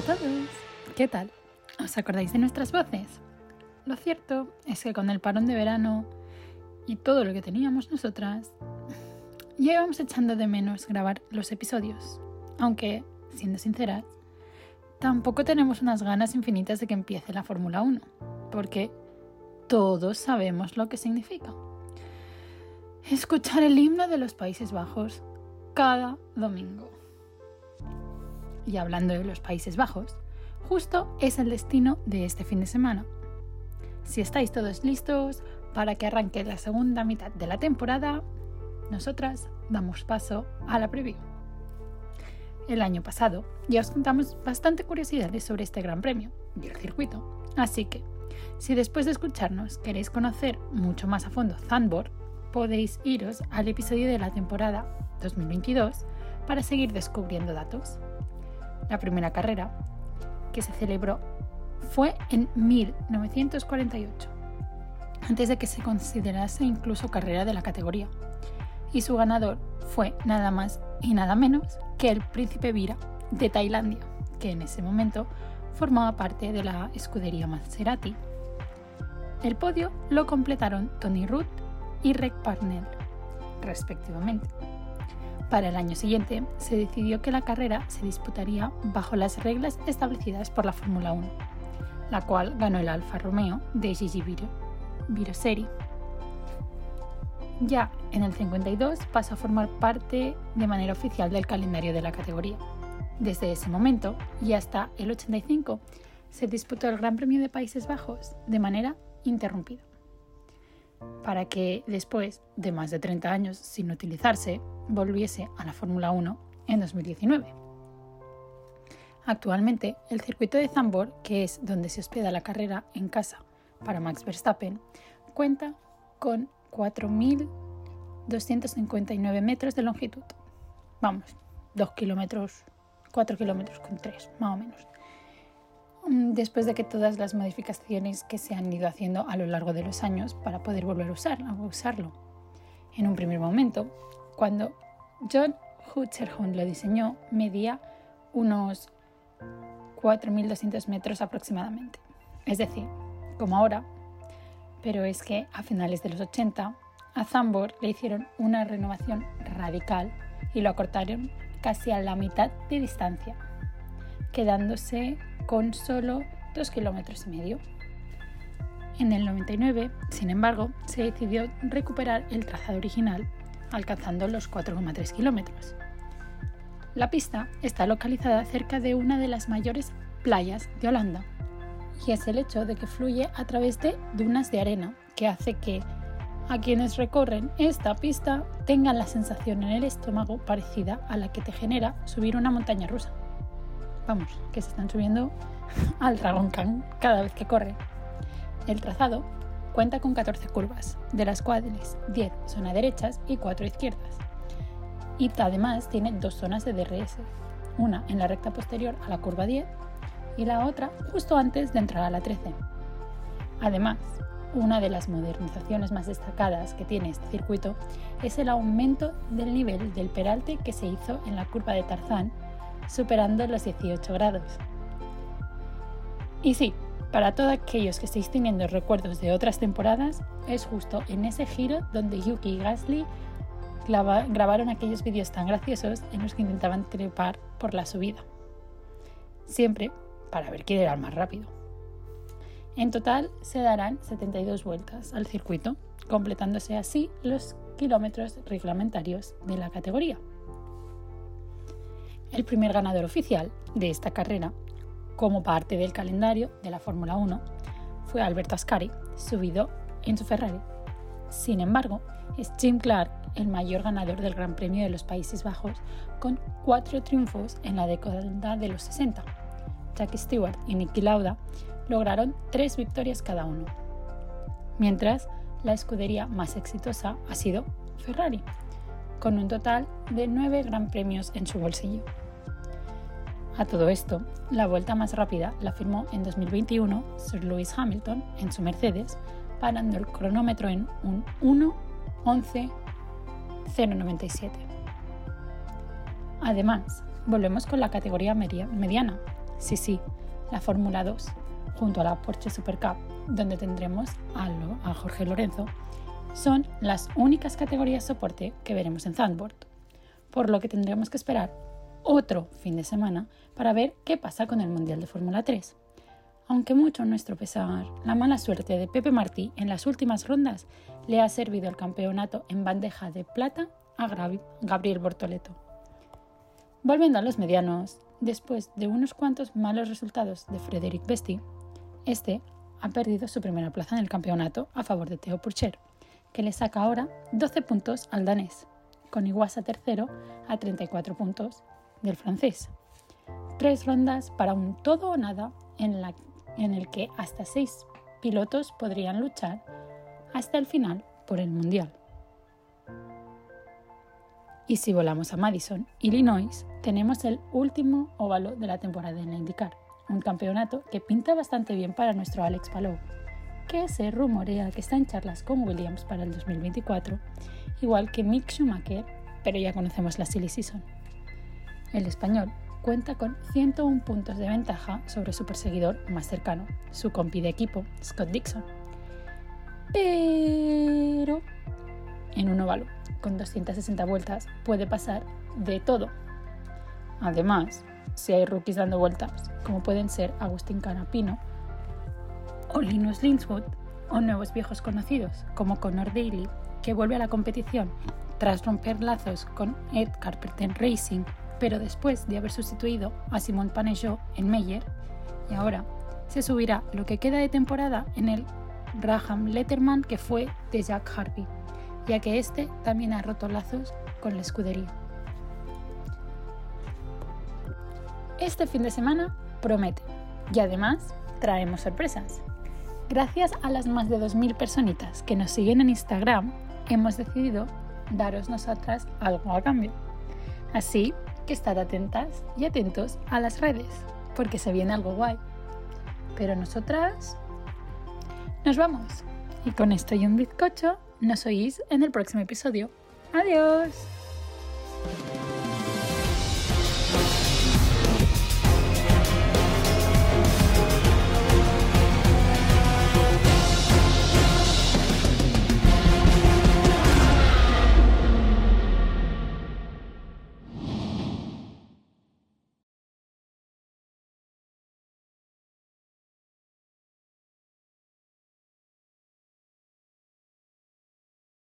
todos, ¿qué tal? ¿Os acordáis de nuestras voces? Lo cierto es que con el parón de verano y todo lo que teníamos nosotras, ya íbamos echando de menos grabar los episodios, aunque, siendo sinceras, tampoco tenemos unas ganas infinitas de que empiece la Fórmula 1, porque todos sabemos lo que significa. Escuchar el himno de los Países Bajos cada domingo. Y hablando de los Países Bajos, justo es el destino de este fin de semana. Si estáis todos listos para que arranque la segunda mitad de la temporada, nosotras damos paso a la preview. El año pasado ya os contamos bastante curiosidades sobre este gran premio y el circuito, así que si después de escucharnos queréis conocer mucho más a fondo Zandvoort, podéis iros al episodio de la temporada 2022 para seguir descubriendo datos. La primera carrera que se celebró fue en 1948, antes de que se considerase incluso carrera de la categoría, y su ganador fue nada más y nada menos que el Príncipe Vira de Tailandia, que en ese momento formaba parte de la escudería Maserati. El podio lo completaron Tony Rudd y Reg Parnell, respectivamente. Para el año siguiente se decidió que la carrera se disputaría bajo las reglas establecidas por la Fórmula 1, la cual ganó el Alfa Romeo de Gigi Viroseri. Ya en el 52 pasó a formar parte de manera oficial del calendario de la categoría. Desde ese momento y hasta el 85 se disputó el Gran Premio de Países Bajos de manera interrumpida, para que después de más de 30 años sin utilizarse, volviese a la Fórmula 1 en 2019. Actualmente, el circuito de Zandvoort, que es donde se hospeda la carrera en casa para Max Verstappen, cuenta con 4.259 metros de longitud. Vamos, 2 kilómetros, 4 kilómetros con 3, más o menos. Después de que todas las modificaciones que se han ido haciendo a lo largo de los años para poder volver a usarlo. En un primer momento, cuando John Hutcherson lo diseñó, medía unos 4.200 metros aproximadamente. Es decir, como ahora, pero es que a finales de los 80 a Zandvoort le hicieron una renovación radical y lo acortaron casi a la mitad de distancia, quedándose con solo 2,5 kilómetros. En el 99, sin embargo, se decidió recuperar el trazado original, alcanzando los 4,3 kilómetros. La pista está localizada cerca de una de las mayores playas de Holanda, y es el hecho de que fluye a través de dunas de arena que hace que a quienes recorren esta pista tengan la sensación en el estómago parecida a la que te genera subir una montaña rusa. Vamos, que se están subiendo al Dragon Khan cada vez que corre. El trazado cuenta con 14 curvas, de las cuales 10 son a derechas y 4 a izquierdas. Y además tiene 2 zonas de DRS, una en la recta posterior a la curva 10 y la otra justo antes de entrar a la 13. Además, una de las modernizaciones más destacadas que tiene este circuito es el aumento del nivel del peralte que se hizo en la curva de Tarzán, superando los 18 grados. Y sí, para todos aquellos que estéis teniendo recuerdos de otras temporadas, es justo en ese giro donde Yuki y Gasly grabaron aquellos vídeos tan graciosos en los que intentaban trepar por la subida, siempre para ver quién era el más rápido. En total se darán 72 vueltas al circuito, completándose así los kilómetros reglamentarios de la categoría. El primer ganador oficial de esta carrera, como parte del calendario de la Fórmula 1, fue Alberto Ascari, subido en su Ferrari. Sin embargo, es Jim Clark el mayor ganador del Gran Premio de los Países Bajos, con 4 triunfos en la década de los 60. Jackie Stewart y Niki Lauda lograron 3 victorias cada uno, mientras la escudería más exitosa ha sido Ferrari, con un total de 9 Gran Premios en su bolsillo. A todo esto, la vuelta más rápida la firmó en 2021 Sir Lewis Hamilton en su Mercedes, parando el cronómetro en un 1:11.097. Además, volvemos con la categoría mediana, Sí, la Fórmula 2, junto a la Porsche Supercup, donde tendremos a Jorge Lorenzo, son las únicas categorías soporte que veremos en Zandvoort, por lo que tendremos que esperar otro fin de semana para ver qué pasa con el Mundial de Fórmula 3. Aunque mucho a nuestro pesar, la mala suerte de Pepe Martí en las últimas rondas le ha servido el campeonato en bandeja de plata a Gabriel Bortoleto. Volviendo a los medianos, después de unos cuantos malos resultados de Frédéric Besti, este ha perdido su primera plaza en el campeonato a favor de Theo Pourchaire, que le saca ahora 12 puntos al danés, con Iwasa tercero a 34 puntos del francés. 3 rondas para un todo o nada en el que hasta 6 pilotos podrían luchar hasta el final por el Mundial. Y si volamos a Madison, Illinois, tenemos el último óvalo de la temporada en la IndyCar, un campeonato que pinta bastante bien para nuestro Alex Palou, que se rumorea que está en charlas con Williams para el 2024, igual que Mick Schumacher, pero ya conocemos la silly season. El español cuenta con 101 puntos de ventaja sobre su perseguidor más cercano, su compi de equipo, Scott Dixon. Pero en un óvalo con 260 vueltas puede pasar de todo. Además, si hay rookies dando vueltas, como pueden ser Agustín Canapino o Linus Lindswood, o nuevos viejos conocidos como Connor Daly, que vuelve a la competición tras romper lazos con Ed Carpenter Racing, pero después de haber sustituido a Simon Pagenaud en Meyer, y ahora se subirá lo que queda de temporada en el Graham Letterman que fue de Jack Harvey, ya que este también ha roto lazos con la escudería. Este fin de semana promete y además traemos sorpresas. Gracias a las más de 2.000 personitas que nos siguen en Instagram, hemos decidido daros nosotras algo a cambio. Así que estad atentas y atentos a las redes, porque se viene algo guay. Pero nosotras nos vamos. Y con esto y un bizcocho, nos oís en el próximo episodio. ¡Adiós!